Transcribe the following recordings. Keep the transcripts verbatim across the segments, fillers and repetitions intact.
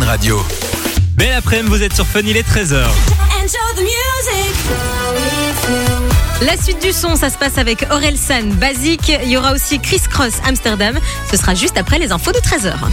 Radio. Belle après-midi, vous êtes sur Fun, il est treize heures. La suite du son, ça se passe avec Orelsan, Basique. Il y aura aussi Criss Cross, Amsterdam. Ce sera juste après les infos de treize heures.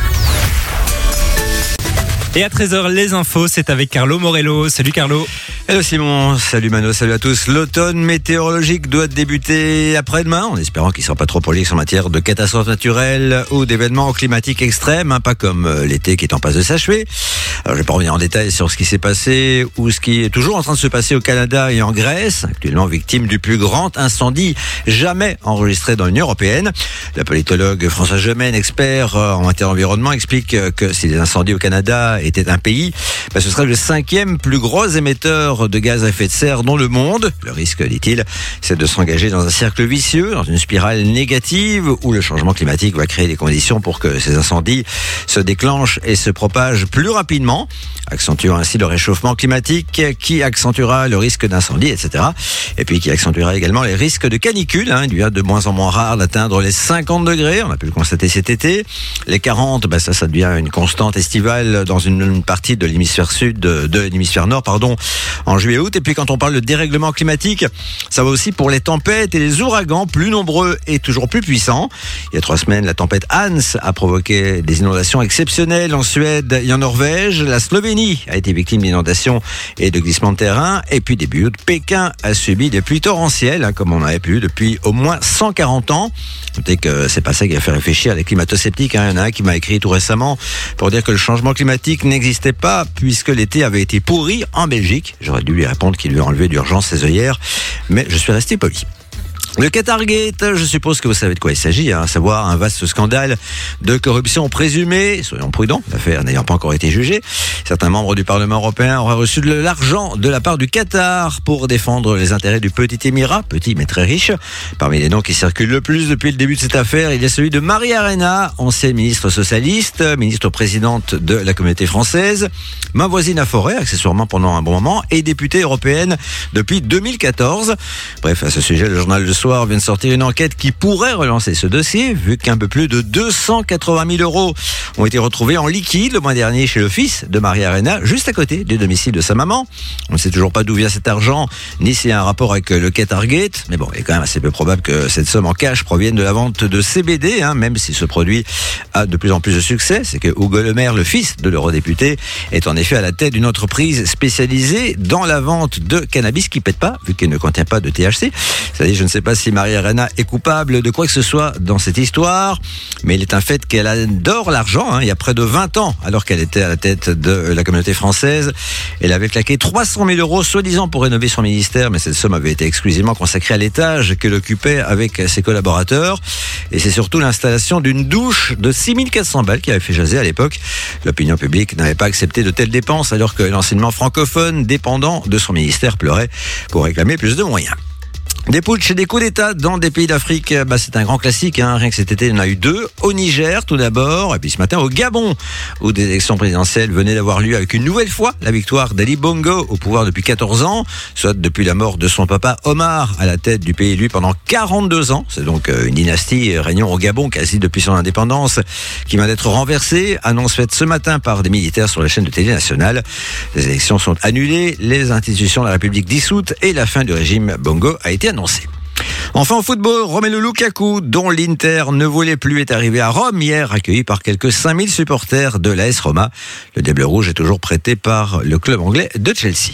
Et à treize heures, les infos, c'est avec Carlo Morello. Salut Carlo. Hello Simon, salut Mano, salut à tous. L'automne météorologique doit débuter après-demain, en espérant qu'il ne sera pas trop prolixe en matière de catastrophes naturelles ou d'événements climatiques extrêmes, hein, pas comme l'été qui est en passe de s'achever. Alors je vais pas revenir en détail sur ce qui s'est passé ou ce qui est toujours en train de se passer au Canada et en Grèce, actuellement victime du plus grand incendie jamais enregistré dans l'Union européenne. La politologue Françoise Gemène, expert en matière d'environnement, explique que si les incendies au Canada étaient un pays, ben ce serait le cinquième plus gros émetteur de gaz à effet de serre dans le monde. Le risque, dit-il, c'est de s'engager dans un cercle vicieux, dans une spirale négative où le changement climatique va créer les conditions pour que ces incendies se déclenchent et se propagent plus rapidement, accentuant ainsi le réchauffement climatique qui accentuera le risque d'incendie, et cetera. Et puis qui accentuera également les risques de canicule. Hein. Il devient de moins en moins rare d'atteindre les cinquante degrés, on a pu le constater cet été. Les quarante, bah ça, ça devient une constante estivale dans une, une partie de l'hémisphère sud, de, de l'hémisphère nord, pardon, en juillet-août. Et puis quand on parle de dérèglement climatique, ça va aussi pour les tempêtes et les ouragans plus nombreux et toujours plus puissants. Il y a trois semaines, la tempête Hans a provoqué des inondations exceptionnelles en Suède et en Norvège. La Slovénie a été victime d'inondations et de glissements de terrain. Et puis début août, Pékin a subi des pluies torrentielles, hein, comme on n'avait plus depuis au moins cent quarante ans. Notez que c'est pas ça qui a fait réfléchir les climato-sceptiques. Hein. Il y en a un qui m'a écrit tout récemment pour dire que le changement climatique n'existait pas puisque l'été avait été pourri en Belgique. J'aurais dû lui répondre qu'il lui a enlevé d'urgence ses œillères, mais je suis resté poli. Le Qatargate, je suppose que vous savez de quoi il s'agit, hein, à savoir un vaste scandale de corruption présumée. Soyons prudents, l'affaire n'ayant pas encore été jugée. Certains membres du Parlement européen auraient reçu de l'argent de la part du Qatar pour défendre les intérêts du petit émirat, petit mais très riche. Parmi les noms qui circulent le plus depuis le début de cette affaire, il y a celui de Maria Arena, ancienne ministre socialiste, ministre présidente de la Communauté française, ma voisine à Forêt, accessoirement pendant un bon moment, et députée européenne depuis deux mille quatorze. Bref, à ce sujet, le journal Le Soir vient de sortir une enquête qui pourrait relancer ce dossier, vu qu'un peu plus de deux cent quatre-vingt mille euros ont été retrouvés en liquide le mois dernier chez le fils de Maria Arena, juste à côté du domicile de sa maman. On ne sait toujours pas d'où vient cet argent, ni s'il y a un rapport avec le Qatargate, mais bon, il est quand même assez peu probable que cette somme en cash provienne de la vente de C B D, hein, même si ce produit a de plus en plus de succès. C'est que Hugo Le Maire, le fils de l'eurodéputé, est en effet à la tête d'une entreprise spécialisée dans la vente de cannabis qui pète pas, vu qu'il ne contient pas de T H C. C'est-à-dire, je ne sais pas si Maria Arena est coupable de quoi que ce soit dans cette histoire, mais il est un fait qu'elle adore l'argent, hein. Il y a près de vingt ans, alors qu'elle était à la tête de la communauté française, elle avait claqué trois cent mille euros, soi-disant pour rénover son ministère, mais cette somme avait été exclusivement consacrée à l'étage qu'elle occupait avec ses collaborateurs. Et c'est surtout l'installation d'une douche de six mille quatre cents balles qui avait fait jaser à l'époque. L'opinion publique n'avait pas accepté de telles dépenses, alors que l'enseignement francophone dépendant de son ministère pleurait pour réclamer plus de moyens. Des putschs et des coups d'État dans des pays d'Afrique, bah c'est un grand classique, hein. Rien que cet été, il y en a eu deux. Au Niger, tout d'abord, et puis ce matin au Gabon, où des élections présidentielles venaient d'avoir lieu avec une nouvelle fois la victoire d'Ali Bongo au pouvoir depuis quatorze ans, soit depuis la mort de son papa Omar à la tête du pays élu pendant quarante-deux ans. C'est donc une dynastie régnant au Gabon quasi depuis son indépendance qui vient d'être renversée. Annonce faite ce matin par des militaires sur la chaîne de télé nationale. Les élections sont annulées, les institutions de la République dissoutes et la fin du régime Bongo a été annoncée. Enfin au football, Romelu Lukaku, dont l'Inter ne voulait plus, est arrivé à Rome hier, accueilli par quelques cinq mille supporters de l'A S Roma. Le Diable Rouge est toujours prêté par le club anglais de Chelsea.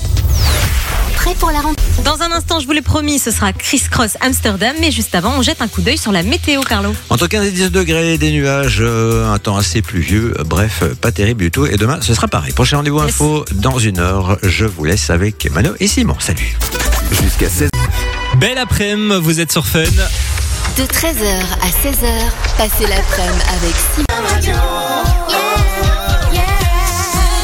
Prêt pour la rentrée. Dans un instant, je vous l'ai promis, ce sera Criss Cross Amsterdam, mais juste avant, on jette un coup d'œil sur la météo, Carlo. Entre quinze et dix degrés, des nuages, euh, un temps assez pluvieux, bref, pas terrible du tout. Et demain, ce sera pareil. Prochain rendez-vous yes. Info dans une heure. Je vous laisse avec Mano et Simon. Salut. Jusqu'à seize heures. Belle après-midi, vous êtes sur Fun. De treize heures à seize heures, passez l'après-midi avec Simon Radio. À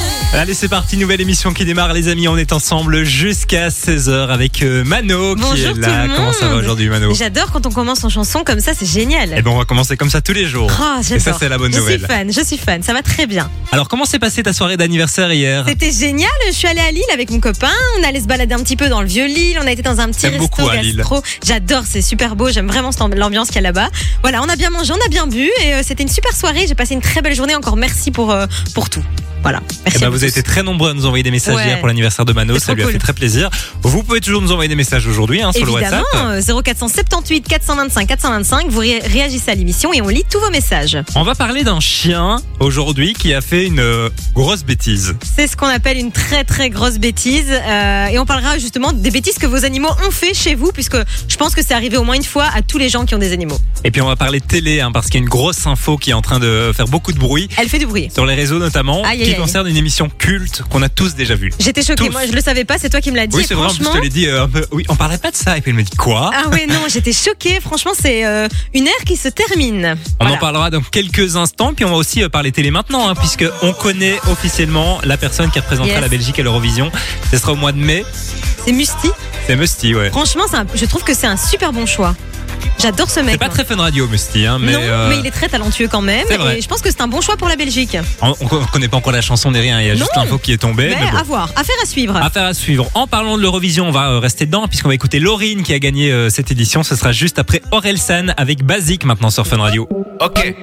Allez, c'est parti, nouvelle émission qui démarre, les amis. On est ensemble jusqu'à seize heures avec euh, Mano Bonjour qui est tout là. le monde. Comment ça va aujourd'hui, Mano? J'adore quand on commence en chanson comme ça, c'est génial. Eh ben, on va commencer comme ça tous les jours. Oh, Et ça, c'est la bonne je nouvelle. suis fan, je suis fan, ça va très bien. Alors, comment s'est passée ta soirée d'anniversaire hier? C'était génial, je suis allée à Lille avec mon copain, on allait se balader un petit peu dans le vieux Lille, on a été dans un petit T'aimes resto beaucoup à Lille. gastro. J'adore, c'est super beau, j'aime vraiment cette- l'ambiance qu'il y a là-bas. Voilà, on a bien mangé, on a bien bu et euh, c'était une super soirée, j'ai passé une très belle journée, encore merci pour, euh, pour tout. Voilà, Eh merci ben, à vous tous. avez été très nombreux à nous envoyer des messages Ouais. hier pour l'anniversaire de Mano. C'est Ça trop lui a cool. fait très plaisir. Vous pouvez toujours nous envoyer des messages aujourd'hui hein, sur le Évidemment, WhatsApp. euh, zéro quatre cent soixante-dix-huit quatre cent vingt-cinq quatre cent vingt-cinq, vous ré- réagissez à l'émission et on lit tous vos messages. On va parler d'un chien aujourd'hui qui a fait une euh, grosse bêtise. C'est ce qu'on appelle une très très grosse bêtise euh, et on parlera justement des bêtises que vos animaux ont fait chez vous puisque je pense que c'est arrivé au moins une fois à tous les gens qui ont des animaux. Et puis on va parler télé hein, parce qu'il y a une grosse info qui est en train de faire beaucoup de bruit Elle fait du bruit. sur les réseaux notamment, Aïe, qui aïe, aïe. concerne une émission culte qu'on a tous déjà vue. J'étais choquée, Tous. moi je le savais pas, c'est toi qui me l'as dit. Oui, et c'est vrai, en plus, je franchement... te l'ai dit euh, un peu. Oui, on parlait pas de ça. Et puis elle me dit quoi? Ah ouais, non, j'étais choquée. Franchement, c'est euh, une ère qui se termine. On Voilà. en parlera dans quelques instants. Puis on va aussi euh, parler télé maintenant, hein, puisque on connaît officiellement la personne qui représentera Yes. la Belgique à l'Eurovision. Ce sera au mois de mai. C'est Musti. C'est Musty, ouais. Franchement, c'est un- je trouve que c'est un super bon choix. J'adore ce mec. C'est pas moi. très fun radio, Musty, hein, mais, non, euh, mais il est très talentueux quand même. c'est vrai. Et je pense que c'est un bon choix pour la Belgique. on, on connaît pas encore la chanson ni rien. Il y a juste Non. l'info qui est tombée. Mais mais bon. à voir, affaire à suivre. Affaire à suivre. En parlant de l'Eurovision, on va euh, rester dedans puisqu'on va écouter Laurine qui a gagné euh, cette édition. Ce sera juste après Orelsan avec Basique maintenant sur Fun Radio. Ok.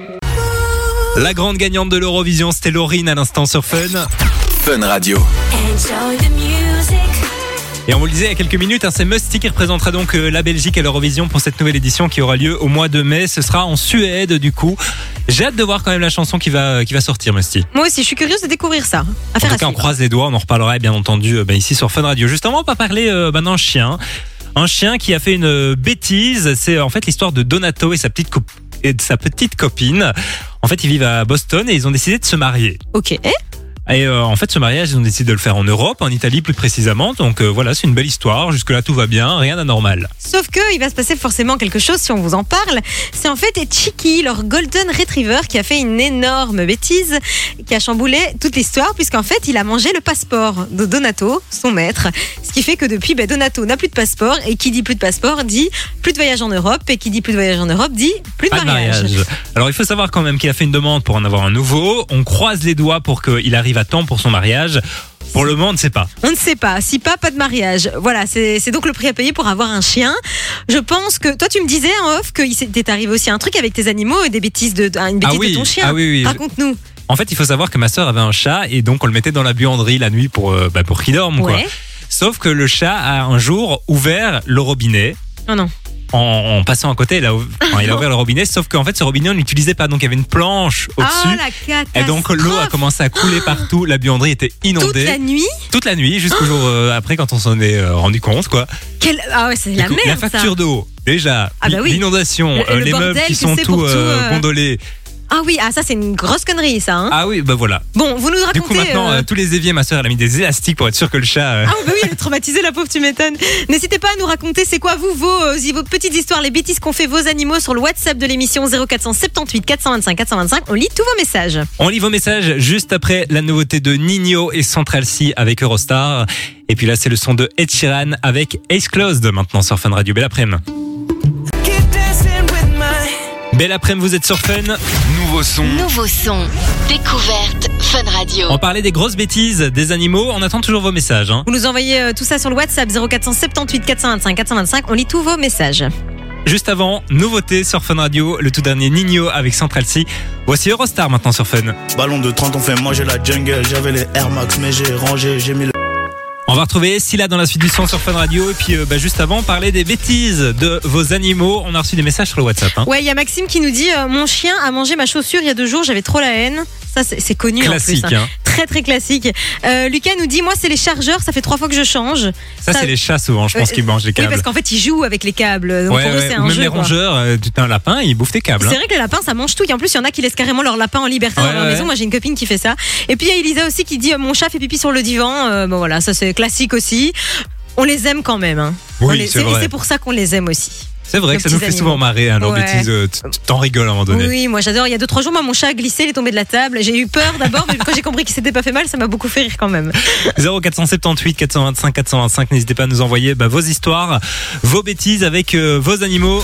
La grande gagnante de l'Eurovision, c'était Laurine à l'instant sur Fun. Fun Radio. Enjoy the music. Et on vous le disait il y a quelques minutes, hein, c'est Musty qui représentera donc euh, la Belgique à l'Eurovision pour cette nouvelle édition qui aura lieu au mois de mai. Ce sera en Suède du coup. J'ai hâte de voir quand même la chanson qui va, qui va sortir, Musty. Moi aussi, je suis curieuse de découvrir ça. En Affaire tout à cas, on suivre. croise les doigts, on en reparlera bien entendu euh, bah, ici sur Fun Radio. Justement, on va parler euh, bah, d'un chien. Un chien qui a fait une euh, bêtise. C'est euh, en fait l'histoire de Donato et sa petite, co- et de sa petite copine. En fait, ils vivent à Boston et ils ont décidé de se marier. Ok. Et euh, en fait, ce mariage, ils ont décidé de le faire en Europe, en Italie plus précisément. Donc euh, voilà, c'est une belle histoire. Jusque-là, tout va bien, rien d'anormal. Sauf que il va se passer forcément quelque chose si on vous en parle. C'est en fait Chiki, leur Golden Retriever, qui a fait une énorme bêtise, qui a chamboulé toute l'histoire, puisqu'en fait, il a mangé le passeport de Donato, son maître. Ce qui fait que depuis, ben, Donato n'a plus de passeport. Et qui dit plus de passeport dit plus de voyage en Europe. Et qui dit plus de voyage en Europe dit plus de Pas de mariage. mariage. Alors il faut savoir quand même qu'il a fait une demande pour en avoir un nouveau. On croise les doigts pour qu'il arrive à temps pour son mariage. Pour le moment, on ne sait pas. On ne sait pas. Si pas, pas de mariage. Voilà, c'est c'est donc le prix à payer pour avoir un chien. Je pense que toi, tu me disais en off qu'il t'est arrivé aussi un truc avec tes animaux et des bêtises de, une bêtise Ah oui, de ton chien. ah oui, oui. Raconte-nous. En fait, il faut savoir que ma sœur avait un chat et donc on le mettait dans la buanderie la nuit pour, euh, bah, pour qu'il dorme. Quoi. Ouais. Sauf que le chat a un jour ouvert le robinet. Non, non. En, en passant à côté, il a, ouv- enfin, il a ouvert le robinet, sauf qu'en fait, ce robinet, on n'utilisait pas. Donc, il y avait une planche Oh, au-dessus. la catastrophe. Et donc, l'eau a commencé à couler partout. La buanderie était inondée. Toute la nuit. Toute la nuit, jusqu'au jour euh, après, quand on s'en est euh, rendu compte, quoi. Quelle... Ah ouais, c'est Du la coup, merde. la facture d'eau, déjà. Ah bah oui. L'inondation, Le- euh, le les meubles bordel qui que sont c'est tout pour tout, euh, euh, gondolés. Ça. Ah oui, ah ça c'est une grosse connerie ça. Hein. Ah oui, bah voilà. Bon, vous nous racontez. Du coup, maintenant, euh, euh, tous les éviers, ma sœur, elle a mis des élastiques pour être sûre que le chat. euh, Ah bah oui, elle est traumatisée, la pauvre, tu m'étonnes. N'hésitez pas à nous raconter c'est quoi vous, vos, euh, vos petites histoires, les bêtises qu'ont fait vos animaux sur le WhatsApp de l'émission zéro quatre cent soixante-dix-huit quatre cent vingt-cinq quatre cent vingt-cinq. On lit tous vos messages. On lit vos messages juste après la nouveauté de Nino et Central C avec Eurostar. Et puis là, c'est le son de Ed Sheeran avec Ace Closed maintenant sur Fun Radio. Belle après-midi. Belle après-midi, vous êtes sur Fun. Nouveau son. Nouveau son. Découverte Fun Radio. On parlait des grosses bêtises des animaux. On attend toujours vos messages. Hein. Vous nous envoyez euh, tout ça sur le WhatsApp zéro quatre cent soixante-dix-huit quatre cent vingt-cinq quatre cent vingt-cinq. On lit tous vos messages. Juste avant, nouveauté sur Fun Radio, le tout dernier Nino avec Central C. Voici Eurostar maintenant sur Fun. Ballon de trente, on fait manger la jungle. J'avais les Air Max, mais j'ai rangé, j'ai mis le. On va retrouver Scylla dans la suite du son sur Fun Radio. Et puis euh, bah, juste avant, parler des bêtises de vos animaux. On a reçu des messages sur le WhatsApp. Hein. Ouais, il y a Maxime qui nous dit euh, mon chien a mangé ma chaussure il y a deux jours, j'avais trop la haine. Ça, c'est c'est connu Classique. en plus. hein. Hein. Très très classique. Euh, Lucas nous dit moi c'est les chargeurs, ça fait trois fois que je change. Ça, c'est les chats souvent, je pense, Euh, qu'ils mangent les Oui, câbles. parce qu'en fait ils jouent avec les câbles. Donc Ouais, pour eux ouais, c'est ou un même jeu. les quoi. rongeurs, euh, tu as un lapin, ils bouffent tes câbles. C'est hein. vrai que les lapins ça mange tout. Et en plus il y en a qui laissent carrément leur lapin en liberté Ouais, dans leur ouais. maison. Moi j'ai une copine qui fait ça. Et puis il y a Elisa aussi qui dit euh, mon chat fait pipi sur le divan. Euh, bon voilà, ça c'est classique aussi. On les aime quand même. Hein. On Oui, les- c'est et vrai. c'est pour ça qu'on les aime aussi. C'est vrai nos que ça nous petits fait animaux. souvent marrer, hein, leurs Ouais. bêtises. euh, t- T'en rigoles à un moment donné. Oui, moi j'adore. Il y a deux trois jours, moi mon chat a glissé, il est tombé de la table. J'ai eu peur d'abord, mais quand j'ai compris qu'il s'était pas fait mal, ça m'a beaucoup fait rire quand même. zéro quatre sept huit quatre deux cinq quatre deux cinq, n'hésitez pas à nous envoyer bah, vos histoires, vos bêtises avec euh, vos animaux.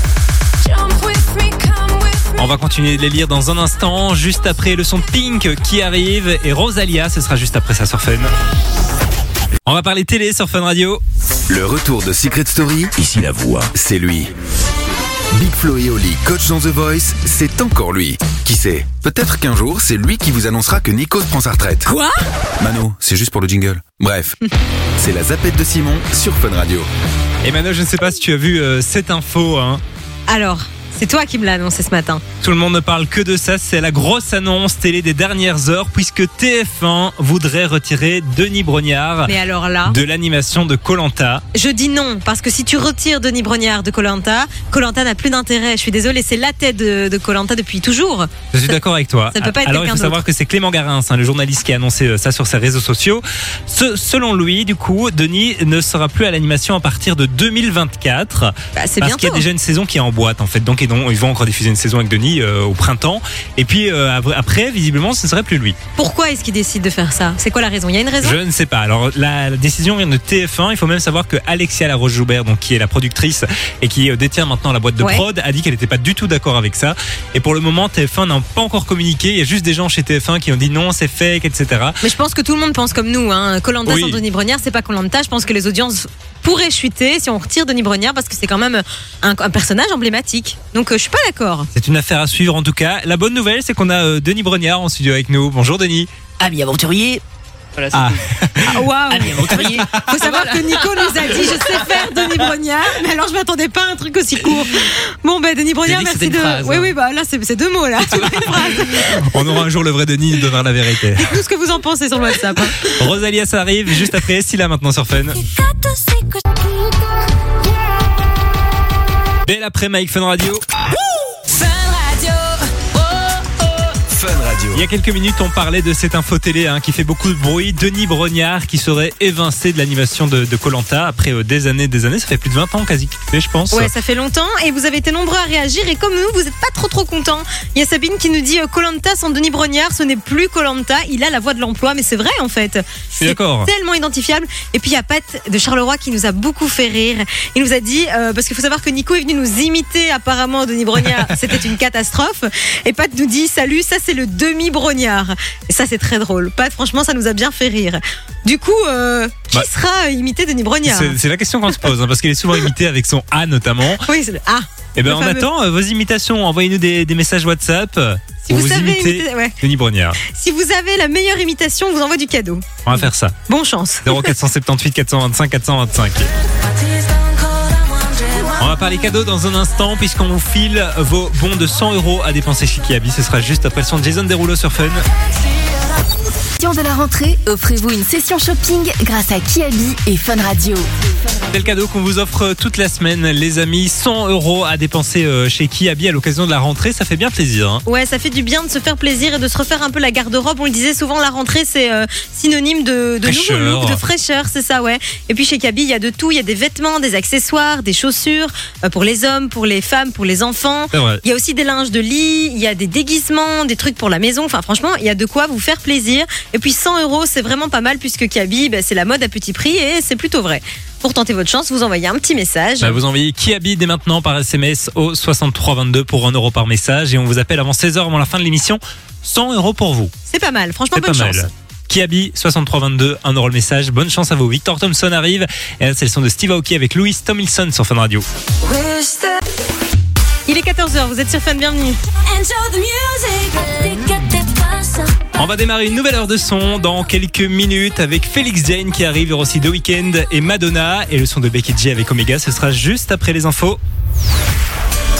On va continuer de les lire dans un instant, juste après le son de Pink qui arrive et Rosalia, ce sera juste après ça sur Fun. On va parler télé sur Fun Radio. Le retour de Secret Story, ici la voix, c'est lui. Big Flo et Oli, coach dans The Voice, c'est encore lui. Qui sait? Peut-être qu'un jour, c'est lui qui vous annoncera que Nikos prend sa retraite. Quoi? Mano, c'est juste pour le jingle. Bref, c'est la zapette de Simon sur Fun Radio. Et maintenant, je ne sais pas si tu as vu euh, cette info, hein. Alors, c'est toi qui me l'as annoncé ce matin. Tout le monde ne parle que de ça, c'est la grosse annonce télé des dernières heures puisque T F un voudrait retirer Denis Brognard Mais alors là, de l'animation de Koh-Lanta. je dis non, parce que si tu retires Denis Brognard de Koh-Lanta, Koh-Lanta n'a plus d'intérêt. Je suis désolée, c'est la tête de, de Koh-Lanta depuis toujours. Je suis d'accord avec toi. ça ne peut pas être Alors il quelqu'un faut savoir que c'est Clément Garins, hein, le journaliste qui a annoncé euh, ça sur ses réseaux sociaux. Ce- selon lui, du coup, Denis ne sera plus à l'animation à partir de deux mille vingt-quatre. Bah, c'est Parce bientôt. qu'il y a déjà une saison qui est en boîte en fait. Donc ils vont, ils vont encore diffuser une saison avec Denis euh, au printemps. Et puis euh, après, visiblement, ce ne serait plus lui. Pourquoi est-ce qu'il décide de faire ça? C'est quoi la raison? Il y a une raison? Je ne sais pas. Alors la, la décision vient de T F un. Il faut même savoir que Alexia Laroche-Joubert, donc qui est la productrice et qui euh, détient maintenant la boîte de Ouais. prod, a dit qu'elle n'était pas du tout d'accord avec ça. Et pour le moment, T F un n'a pas encore communiqué. Il y a juste des gens chez T F un qui ont dit non, c'est fake, et cetera. Mais je pense que tout le monde pense comme nous. Hein. Koh-Lanta Oui. sans Denis Brognard, c'est pas Koh-Lanta. Je pense que les audiences pourraient chuter si on retire Denis Brognard parce que c'est quand même un, un personnage emblématique. Donc euh, je suis pas d'accord. C'est une affaire à suivre en tout cas. La bonne nouvelle, c'est qu'on a euh, Denis Brognard en studio avec nous. Bonjour Denis. Ami aventurier. Voilà, c'est Ah. Ah, waouh. Ami aventurier. Faut savoir que Nico nous a dit je sais faire Denis Brognard, mais alors je m'attendais pas à un truc aussi court. Bon ben Denis Brognard, J'ai dit que merci c'était de. une phrase, Oui hein. oui bah là c'est c'est deux mots là. C'est une phrase. On aura un jour le vrai Denis, il donnera la vérité. Dites-nous ce que vous en pensez sur le WhatsApp. hein. Rosalia, ça arrive juste après. Scylla maintenant sur Fun. Belle après Mike Fun Radio. Fun Radio. Il y a quelques minutes, on parlait de cette info télé hein, qui fait beaucoup de bruit. Denis Brognard qui serait évincé de l'animation de de Koh-Lanta après euh, des années, des années. Ça fait plus de vingt ans quasi qu'il fait, je pense. Ouais, ça fait longtemps et vous avez été nombreux à réagir et comme nous, vous n'êtes pas trop trop contents. Il y a Sabine qui nous dit Koh-Lanta sans Denis Brognard, ce n'est plus Koh-Lanta, il a la voix de l'emploi, mais c'est vrai en fait. Je suis d'accord. Tellement identifiable. Et puis il y a Pat de Charleroi qui nous a beaucoup fait rire. Il nous a dit, euh, parce qu'il faut savoir que Nico est venu nous imiter apparemment Denis Brognard, c'était une catastrophe. Et Pat nous dit, salut, ça c'est le demi-Brognard. Et ça c'est très drôle. Pat, franchement, ça nous a bien fait rire. Du coup, euh, qui Bah, sera imité Denis Brognard? C'est c'est la question qu'on se pose, hein, parce qu'il est souvent imité avec son A notamment. Oui, c'est le A. Et ben Le on fameux. attend euh, vos imitations. Envoyez-nous des, des messages WhatsApp. Si où vous, savez imitez imiter- ouais. Denis Brognard. Si vous avez la meilleure imitation, on vous envoie du cadeau. On va faire ça. Bonne chance. zéro quatre sept huit quatre deux cinq quatre deux cinq. On va parler cadeaux dans un instant puisqu'on vous file vos bons de cent euros à dépenser chez Kiabi. Ce sera juste après le son de Jason Derulo sur Fun. De la rentrée, offrez-vous une session shopping grâce à Kiabi et Fun Radio. C'est le cadeau qu'on vous offre toute la semaine, les amis. cent euros à dépenser euh, chez Kiabi à l'occasion de la rentrée. Ça fait bien plaisir. Hein. Ouais, ça fait du bien de se faire plaisir et de se refaire un peu la garde-robe. On le disait souvent, la rentrée, c'est euh, synonyme de, de nouveau Fraîcheur. look, de fraîcheur, c'est ça, ouais. Et puis chez Kiabi, il y a de tout. Il y a des vêtements, des accessoires, des chaussures euh, pour les hommes, pour les femmes, pour les enfants. C'est vrai. Il y a aussi des linges de lit, il y a des déguisements, des trucs pour la maison. Enfin, franchement, il y a de quoi vous faire plaisir. Et puis cent euros, c'est vraiment pas mal puisque Kiabi, bah, c'est la mode à petit prix et c'est plutôt vrai. Pour tenter votre chance, vous envoyez un petit message. Bah, vous envoyez Kiabi dès maintenant par S M S au soixante-trois vingt-deux pour un euro par message et on vous appelle avant seize heures avant la fin de l'émission. cent euros pour vous. C'est pas mal, franchement, C'est bonne pas chance. mal. Kiabi soixante-trois vingt-deux, un euro le message. Bonne chance à vous. Victor Thompson arrive. Et là, c'est le son de Steve Aoki avec Louis Tomlinson sur Fun Radio. Il est quatorze heures, vous êtes sur Fun, bienvenue. On va démarrer une nouvelle heure de son dans quelques minutes avec Félix Jane qui arrive, il y aura aussi The Weeknd et Madonna et le son de Becky G avec Omega. Ce sera juste après les infos.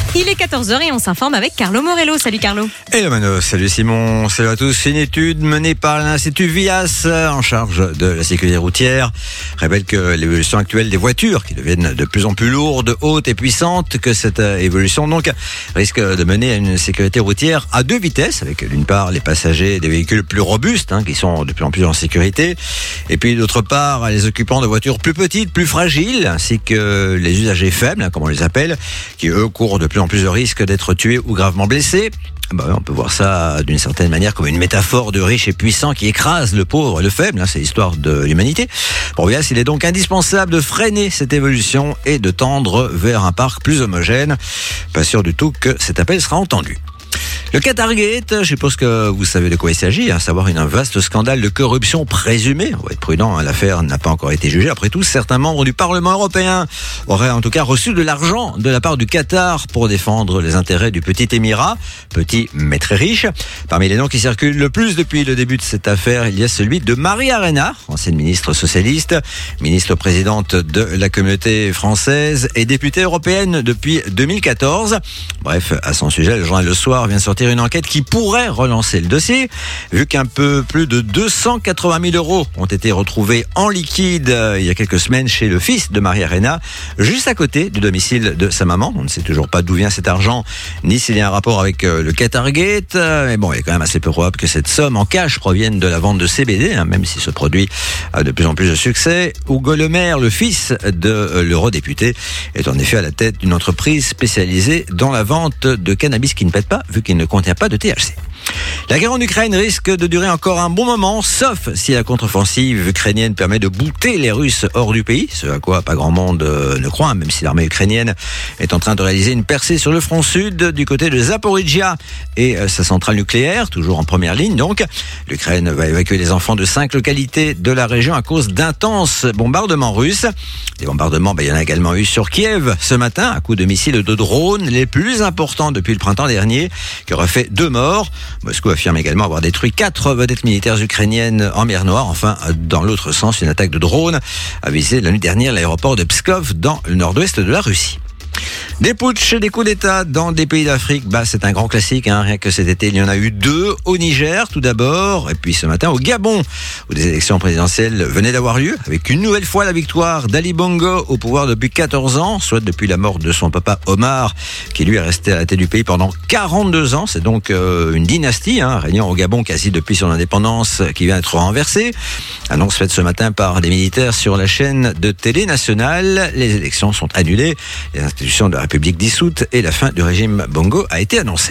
Il est quatorze heures et on s'informe avec Carlo Morello. Salut Carlo. Hello Mano, salut Simon, salut à tous. Une étude menée par l'Institut Vias en charge de la sécurité routière révèle que l'évolution actuelle des voitures, qui deviennent de plus en plus lourdes, hautes et puissantes, que cette évolution donc risque de mener à une sécurité routière à deux vitesses, avec d'une part les passagers des véhicules plus robustes, hein, qui sont de plus en plus en sécurité, et puis d'autre part les occupants de voitures plus petites, plus fragiles, ainsi que les usagers faibles, hein, comme on les appelle, qui eux courent de plus en plus de risques d'être tués ou gravement blessés. Bah, on peut voir ça d'une certaine manière comme une métaphore de riche et puissant qui écrase le pauvre et le faible, hein, c'est l'histoire de l'humanité. Pour Vias, il est donc indispensable de freiner cette évolution et de tendre vers un parc plus homogène. Pas sûr du tout que cet appel sera entendu. Le Qatargate, je suppose que vous savez de quoi il s'agit, à savoir un vaste scandale de corruption présumé. On va être prudent, hein, l'affaire n'a pas encore été jugée. Après tout, certains membres du Parlement européen auraient en tout cas reçu de l'argent de la part du Qatar pour défendre les intérêts du petit émirat, petit mais très riche. Parmi les noms qui circulent le plus depuis le début de cette affaire, il y a celui de Maria Arena, ancienne ministre socialiste, ministre présidente de la communauté française et députée européenne depuis deux mille quatorze. Bref, à son sujet, le journal Le Soir vient de sortir une enquête qui pourrait relancer le dossier, vu qu'un peu plus de deux cent quatre-vingt mille euros ont été retrouvés en liquide il y a quelques semaines chez le fils de Maria Arena, juste à côté du domicile de sa maman. On ne sait toujours pas d'où vient cet argent, ni s'il y a un rapport avec le Qatargate, mais bon, il est quand même assez peu probable que cette somme en cash provienne de la vente de C B D, hein, même si ce produit a de plus en plus de succès. Hugo Le Maire, le fils de l'eurodéputé, est en effet à la tête d'une entreprise spécialisée dans la vente de cannabis qui ne pète pas, vu qu'il ne contient pas de T H C. La guerre en Ukraine risque de durer encore un bon moment, sauf si la contre-offensive ukrainienne permet de bouter les Russes hors du pays, ce à quoi pas grand monde ne croit, même si l'armée ukrainienne est en train de réaliser une percée sur le front sud du côté de Zaporizhia et sa centrale nucléaire, toujours en première ligne donc. L'Ukraine va évacuer les enfants de cinq localités de la région à cause d'intenses bombardements russes. Des bombardements, ben, il y en a également eu sur Kiev ce matin, à coups de missiles et de drones, les plus importants depuis le printemps dernier, qui auraient fait deux morts. Moscou affirme également avoir détruit quatre vedettes militaires ukrainiennes en mer Noire. Enfin, dans l'autre sens, une attaque de drone a visé la nuit dernière l'aéroport de Pskov dans le nord-ouest de la Russie. Des putschs et des coups d'État dans des pays d'Afrique, bah c'est un grand classique, hein. Rien que cet été, il y en a eu deux au Niger tout d'abord, et puis ce matin au Gabon, où des élections présidentielles venaient d'avoir lieu, avec une nouvelle fois la victoire d'Ali Bongo au pouvoir depuis quatorze ans, soit depuis la mort de son papa Omar, qui lui est resté à la tête du pays pendant quarante-deux ans. C'est donc euh, une dynastie, hein, régnant au Gabon quasi depuis son indépendance, qui vient d'être renversée. Annonce faite ce matin par des militaires sur la chaîne de télé nationale. Les élections sont annulées, les institutions de la République dissoute et la fin du régime Bongo a été annoncée.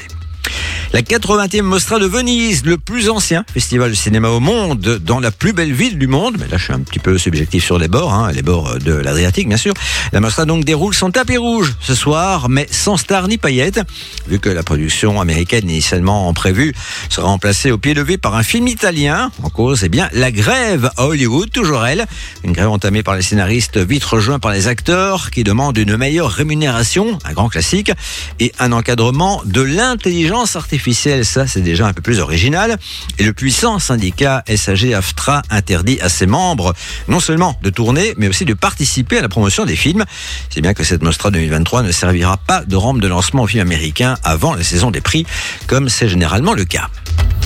La quatre-vingtième Mostra de Venise, le plus ancien festival de cinéma au monde, dans la plus belle ville du monde. Mais là, je suis un petit peu subjectif sur les bords, hein, les bords de l'Adriatique, bien sûr. La Mostra donc déroule son tapis rouge ce soir, mais sans stars ni paillettes, vu que la production américaine initialement prévue sera remplacée au pied levé par un film italien. En cause, eh bien, la grève à Hollywood, toujours elle. Une grève entamée par les scénaristes, vite rejointe par les acteurs, qui demandent une meilleure rémunération, un grand classique, et un encadrement de l'intelligence artificielle. Ça, c'est déjà un peu plus original. Et le puissant syndicat S A G-AFTRA interdit à ses membres non seulement de tourner, mais aussi de participer à la promotion des films. C'est bien que cette Mostra deux mille vingt-trois ne servira pas de rampe de lancement aux films américains avant la saison des prix, comme c'est généralement le cas.